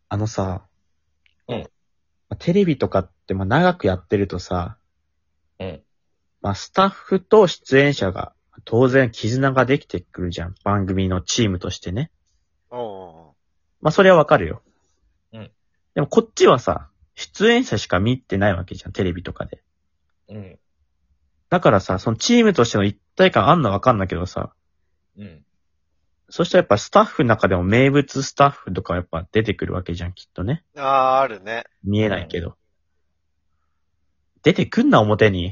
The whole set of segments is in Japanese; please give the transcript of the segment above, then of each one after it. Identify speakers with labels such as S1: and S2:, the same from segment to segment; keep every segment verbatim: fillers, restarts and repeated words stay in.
S1: あのさ、
S2: うん。
S1: テレビとかってまあ長くやってるとさ、
S2: うん。
S1: まあスタッフと出演者が当然絆ができてくるじゃん。番組のチームとしてね。
S3: おう
S1: まあそれはわかるよ。
S2: うん。
S1: でもこっちはさ、出演者しか見てないわけじゃん。テレビとかで。
S2: うん。
S1: だからさ、そのチームとしての一体感あんのわかんないけどさ、
S2: うん。
S1: そしたらやっぱスタッフの中でも名物スタッフとかやっぱ出てくるわけじゃん、きっとね。
S3: ああ、あるね。
S1: 見えないけど。出てくんな、表に。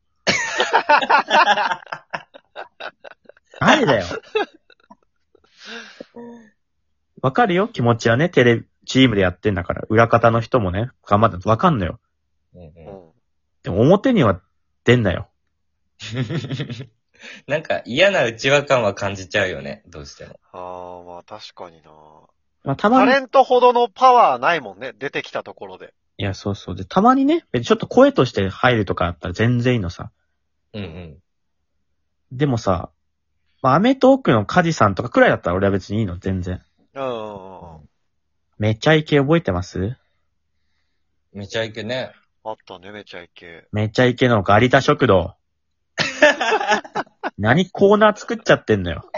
S1: 誰だよ。わかるよ、気持ちはね。テレビ、チームでやってんだから。裏方の人もね、頑張ってわかんのよ。
S2: うん。うん。
S1: でも表には出んなよ。
S2: なんか嫌な内輪感は感じちゃうよね、どうしても。
S3: ああ、まあ確かにな。
S1: まあ、たまに。
S3: タレントほどのパワーないもんね。出てきたところで。
S1: いや、そうそう。で、たまにね、別にちょっと声として入るとかあったら全然いいのさ。
S2: うんうん。
S1: でもさ、まあ、アメトークのカジさんとかくらいだったら俺は別にいいの、全然。
S3: うんうんうん。
S1: めちゃイケ覚えてます？
S2: めちゃイケね。
S3: あったね、めちゃイケ。
S1: めちゃイケのガリタ食堂。何コーナー作っちゃってんのよ。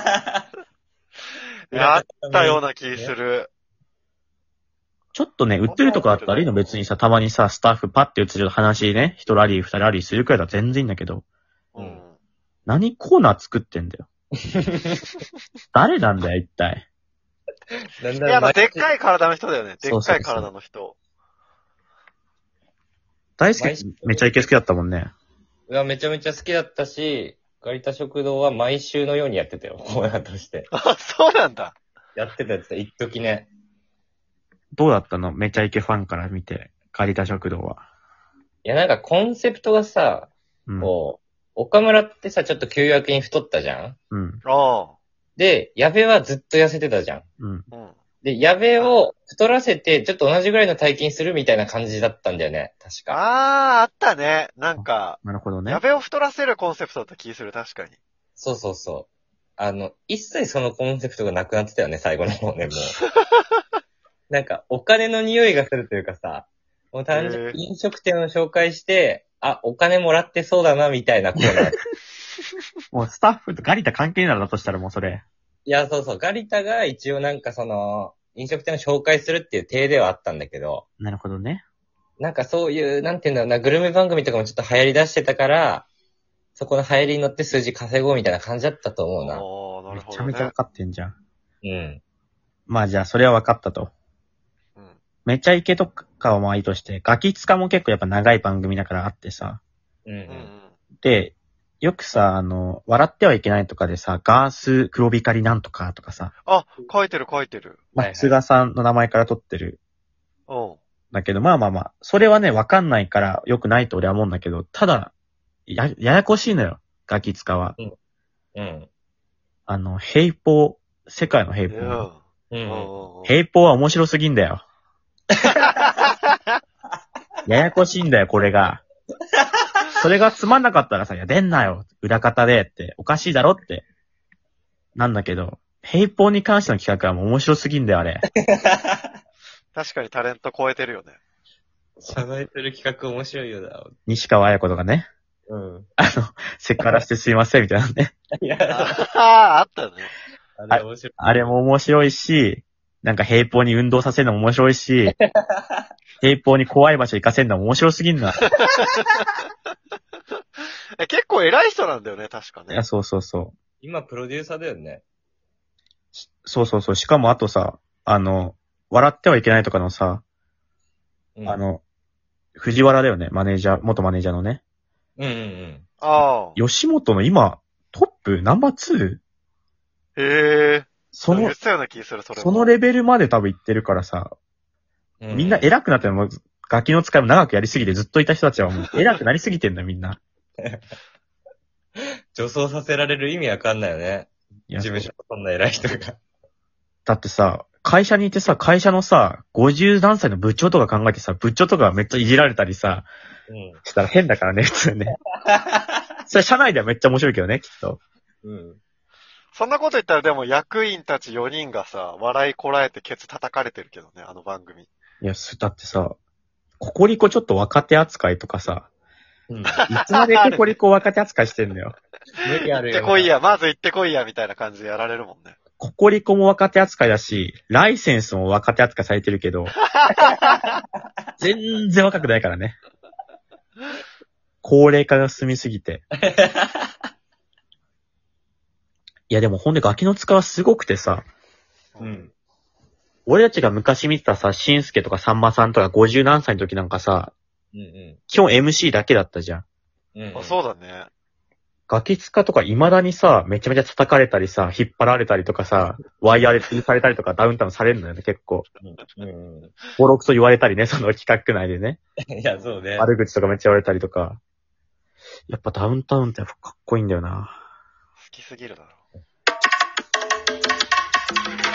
S3: やったような気する。
S1: ちょっとね、売ってるとこあったらいいの、別にさ、たまにさ、スタッフパッて映る話ね、一ラリー、二ラリーするくらいだったら全然いいんだけど、
S3: うん。
S1: 何コーナー作ってんだよ。誰なんだよ、一体。
S2: だん
S3: いや、あの、
S2: だん
S3: でっかい体の人だよね。でっかい
S1: そうそうそう
S3: 体の人。
S1: 大輔めちゃイケ好きだったもんね。
S2: うわ、めちゃめちゃ好きだったし、ガリタ食堂は毎週のようにやってたよ、コーナーとして。
S3: あ、そうなんだ。
S2: やってたやつだ、一時ね。
S1: どうだったの？めちゃイケファンから見て、ガリタ食堂は。
S2: いや、なんかコンセプトがさ、
S1: うん。
S2: こう、岡村ってさ、ちょっと急激に太ったじゃん。
S1: うん。
S3: ああ。
S2: で、矢部はずっと痩せてたじゃん。
S1: うん。
S3: うん。
S2: で、矢部を太らせて、ちょっと同じぐらいの体型するみたいな感じだったんだよね、確か。
S3: ああ、あったね。なんか、
S1: なるほどね。
S3: 矢部を太らせるコンセプトだった気する、確かに。
S2: そうそうそう。あの、一切そのコンセプトがなくなってたよね、最後の方ね、もう。なんか、お金の匂いがするというかさ、もう単純に飲食店を紹介して、あ、お金もらってそうだな、みたいなコーナー。
S1: もうスタッフとガリタ関係ないだろ、だとしたらもうそれ。
S2: いや、そうそう、ガリタが一応なんかその、飲食店を紹介するっていう体ではあったんだけど、
S1: なるほどね。
S2: なんかそういう、なんていうんだろうな、グルメ番組とかもちょっと流行り出してたから、そこの流行りに乗って数字稼ごうみたいな感じだったと思うな。
S3: ああ、な
S1: め
S3: るほどね。
S1: ちゃめちゃ分かってんじゃん。
S2: うん。
S1: まあじゃあ、それは分かったと。
S3: うん。
S1: めちゃイケとかはまあいいとして、ガキツカも結構やっぱ長い番組だからあってさ。
S2: うんう。
S3: うんん。
S1: で、よくさ、あの、笑ってはいけないとかでさ、ガース黒光りなんとかとかさ、
S3: あ、書いてる書いてる。
S1: まあ、
S2: はいはい
S1: 菅さんの名前から取ってる。
S3: うん。
S1: だけど、まあまあまあ、それはね、わかんないから良くないと俺は思うんだけど、ただ、や、ややこしいのよ、ガキツカは。
S2: うん。
S1: あの、平方、世界の平
S3: うん。
S1: 方。
S2: うん。
S3: うん。
S1: 平方は面白すぎんだよ。ややこしいんだよ、これが。それがつまんなかったらさ、いや、出んなよ、裏方でって、おかしいだろって。なんだけど、平方に関しての企画はもう面白すぎんだよ、あれ。
S3: 確かにタレント超えてるよね。
S2: 謝罪する企画面白いよな。
S1: 西川彩子とかね。
S2: うん。
S1: あの、セクハラしてすいません、みたいなね。
S2: いや、
S3: ああ、あったね。
S2: あれ面白い。
S1: あれも面白いし、なんか平方に運動させるのも面白いし、平方に怖い場所行かせるのも面白すぎんな。
S3: え、結構偉い人なんだよね、確かね。
S1: いや、そうそうそう。
S2: 今プロデューサーだよね。
S1: そうそうそう。しかもあとさ、あの、笑ってはいけないとかのさ、
S2: うん、
S1: あの、藤原だよね、マネージャー、元マネージャーのね。
S2: うんうんうん。
S3: ああ。
S1: 吉本の今、トップナンバーツー？
S3: へえ。
S1: その
S3: 言っ、てたような気する、それも。
S1: そのレベルまで多分行ってるからさ、
S2: うん、
S1: みんな偉くなってるのも、ガキの使いも長くやりすぎてずっといた人たちはもう偉くなりすぎてんだよ、みんな。
S2: 女装させられる意味わかんないよね。
S1: いや
S2: 事務所そんな偉い人が。
S1: だってさ、会社にいてさ、会社のさ、ごじゅう何歳の部長とか考えてさ、部長とかめっちゃいじられたりさ、
S2: うん。
S1: したら変だからね、普通ね。それ社内ではめっちゃ面白いけどね、きっと。
S2: うん。
S3: そんなこと言ったらでも役員たちよにんがさ、笑いこらえてケツ叩かれてるけどね、あの番組。
S1: いや、すだってさ、ココリコちょっと若手扱いとかさ、
S2: うん。
S1: いつまでココリコ若手扱いしてんのよ。
S2: 無理あるよ。
S3: 行ってこいや、まず行ってこいや、みたいな感じでやられるもんね。
S1: ココリコも若手扱いだし、ライセンスも若手扱いされてるけど、全然若くないからね。高齢化が進みすぎて。いやでもほんでガキの使はすごくてさ、
S2: う。ん。
S1: 俺たちが昔見てたさ、しんすけとかさんまさんとかごじゅう何歳の時なんかさ、
S2: うんう
S1: 基本 エムシー だけだったじゃん。
S2: ん。うん。
S3: あ、そうだね。
S1: ガキ使とか未だにさ、めちゃめちゃ叩かれたりさ、引っ張られたりとかさ、ワイヤーで吊されたりとかダウンタウンされるのよね、結構。
S2: うん。うん。
S1: ボロクソ言われたりね、その企画内でね。
S2: いや、そうね。
S1: 悪口とかめっちゃ言われたりとか。やっぱダウンタウンってやっぱかっこいいんだよな。
S3: 好きすぎるだろ。